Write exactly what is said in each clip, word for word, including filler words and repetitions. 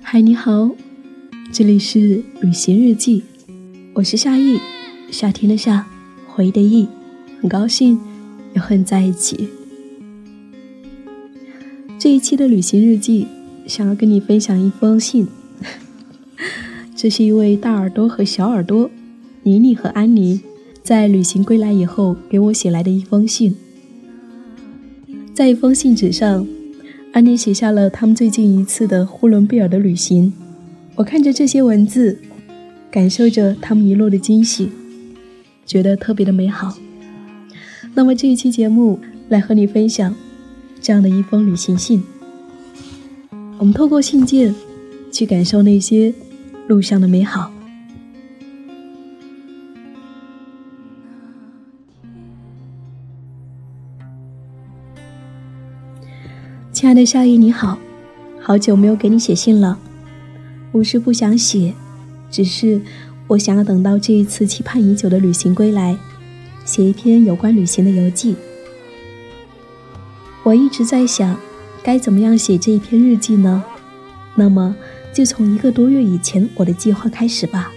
嗨，你好，这里是旅行日记，我是夏意，夏天的夏，回忆的忆，很高兴又和你在一起。这一期的旅行日记，想要跟你分享一封信，这是一位大耳朵和小耳朵妮妮和安妮在旅行归来以后给我写来的一封信。在一封信纸上，安妮写下了他们最近一次的呼伦贝尔的旅行。我看着这些文字，感受着他们一路的惊喜，觉得特别的美好。那么这一期节目来和你分享这样的一封旅行信，我们透过信件去感受那些路上的美好。亲爱的夏意，你好，好久没有给你写信了。不是不想写，只是我想要等到这一次期盼已久的旅行归来，写一篇有关旅行的游记。我一直在想，该怎么样写这一篇日记呢？那么就从一个多月以前我的计划开始吧。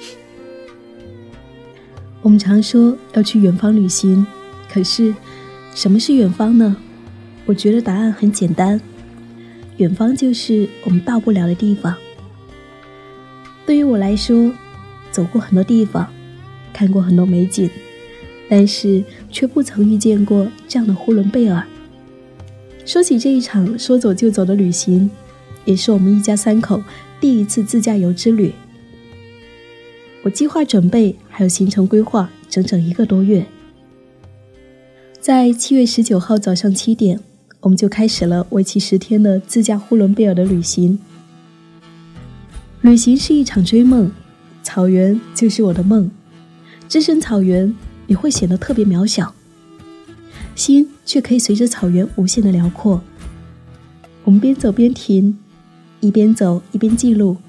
我们常说要去远方旅行，可是什么是远方呢？我觉得答案很简单，远方就是我们到不了的地方。对于我来说，走过很多地方，看过很多美景，但是却不曾遇见过这样的呼伦贝尔。说起这一场说走就走的旅行，也是我们一家三口第一次自驾游之旅。我计划准备还有行程规划整整一个多月。在七月十九号早上七点，我们就开始了为期十天的自驾呼伦贝尔的旅行。旅行是一场追梦，草原就是我的梦。置身草原，你会显得特别渺小，心却可以随着草原无限的辽阔。我们边走边停，一边走一边记录。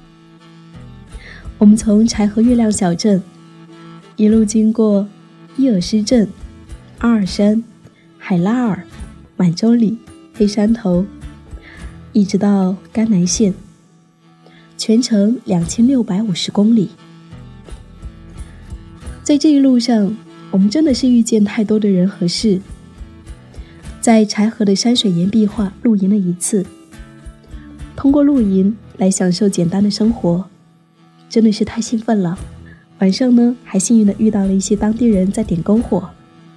我们从柴河月亮小镇一路经过伊尔施镇、阿尔山、海拉尔、满洲里、黑山头，一直到甘南县，全程两千六百五十公里。在这一路上，我们真的是遇见太多的人和事。在柴河的山水岩壁画露营了一次，通过露营来享受简单的生活，真的是太兴奋了。晚上呢，还幸运的遇到了一些当地人在点篝火。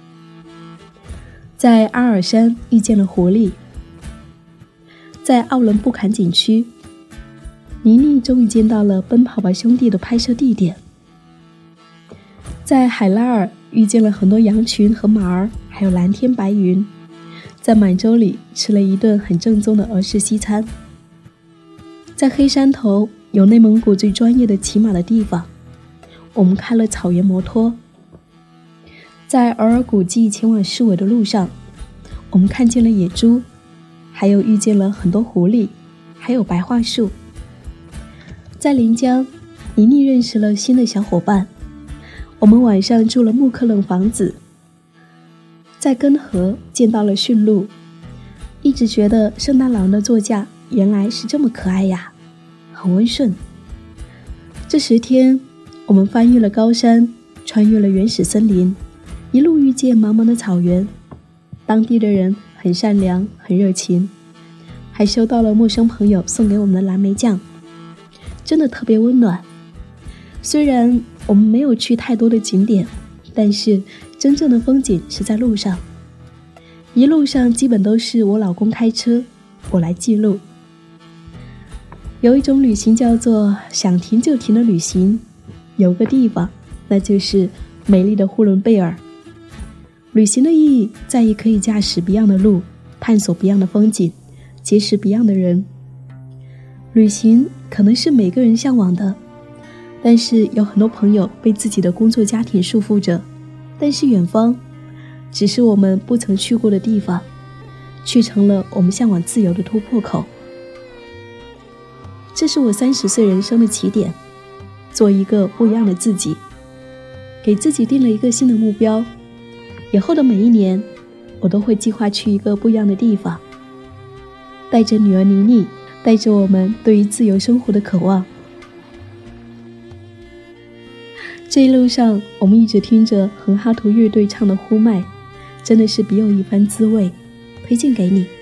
在阿尔山遇见了狐狸，在奥伦布坎景区，妮妮终于见到了奔跑吧兄弟的拍摄地点。在海拉尔遇见了很多羊群和马儿，还有蓝天白云。在满洲里吃了一顿很正宗的俄式西餐。在黑山头有内蒙古最专业的骑马的地方，我们开了草原摩托。在额尔古迹前往市委的路上，我们看见了野猪，还有遇见了很多狐狸，还有白桦树。在临江，妮妮认识了新的小伙伴，我们晚上住了木克冷房子。在根河见到了驯鹿，一直觉得圣诞老人的座驾原来是这么可爱呀，很温顺。这十天，我们翻越了高山，穿越了原始森林，一路遇见茫茫的草原，当地的人很善良很热情，还收到了陌生朋友送给我们的蓝莓酱，真的特别温暖。虽然我们没有去太多的景点，但是真正的风景是在路上，一路上基本都是我老公开车，我来记录。有一种旅行叫做想停就停的旅行，有个地方，那就是美丽的呼伦贝尔。旅行的意义在于可以驾驶不一样的路，探索不一样的风景，结识不一样的人。旅行可能是每个人向往的，但是有很多朋友被自己的工作家庭束缚着，但是远方只是我们不曾去过的地方，却成了我们向往自由的突破口。这是我三十岁人生的起点，做一个不一样的自己，给自己定了一个新的目标。以后的每一年，我都会计划去一个不一样的地方，带着女儿妮妮带着我们对于自由生活的渴望。这一路上，我们一直听着横哈图乐队唱的《呼麦》，真的是别有一番滋味，推荐给你。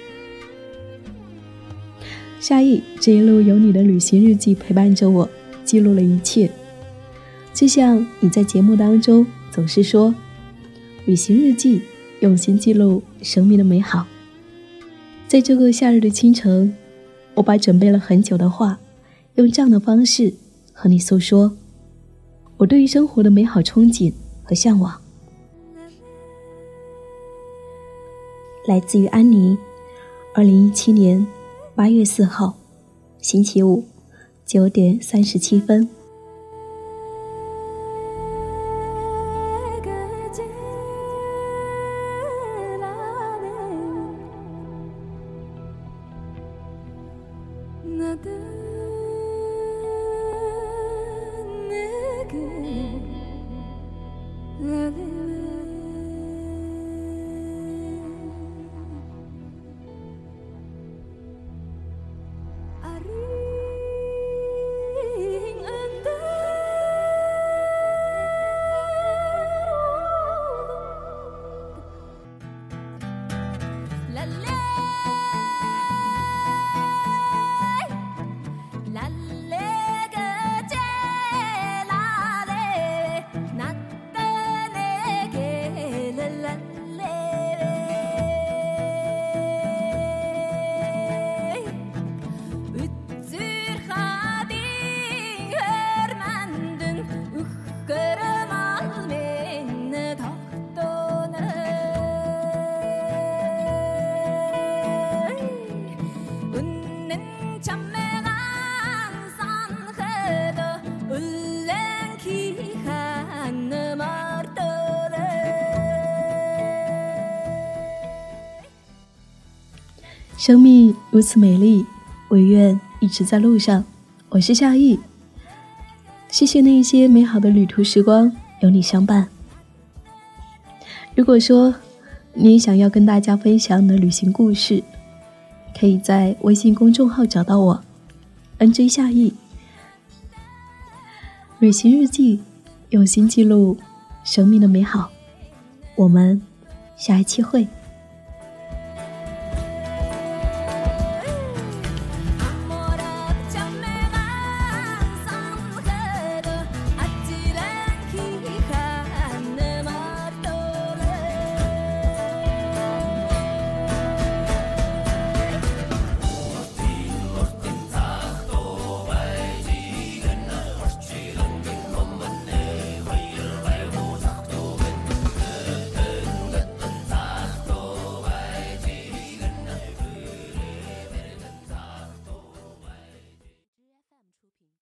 夏意，这一路有你的旅行日记陪伴着我，记录了一切。就像你在节目当中总是说，旅行日记用心记录生命的美好。在这个夏日的清晨，我把准备了很久的话，用这样的方式和你诉说我对于生活的美好憧憬和向往。来自于安妮，二零一七年八月四号，星期五，九点三十七分。生命如此美丽，唯愿一直在路上。我是夏意，谢谢那些美好的旅途时光有你相伴。如果说你也想要跟大家分享你的旅行故事，可以在微信公众号找到我 N J 夏意。旅行日记，用心记录生命的美好。我们下一期会。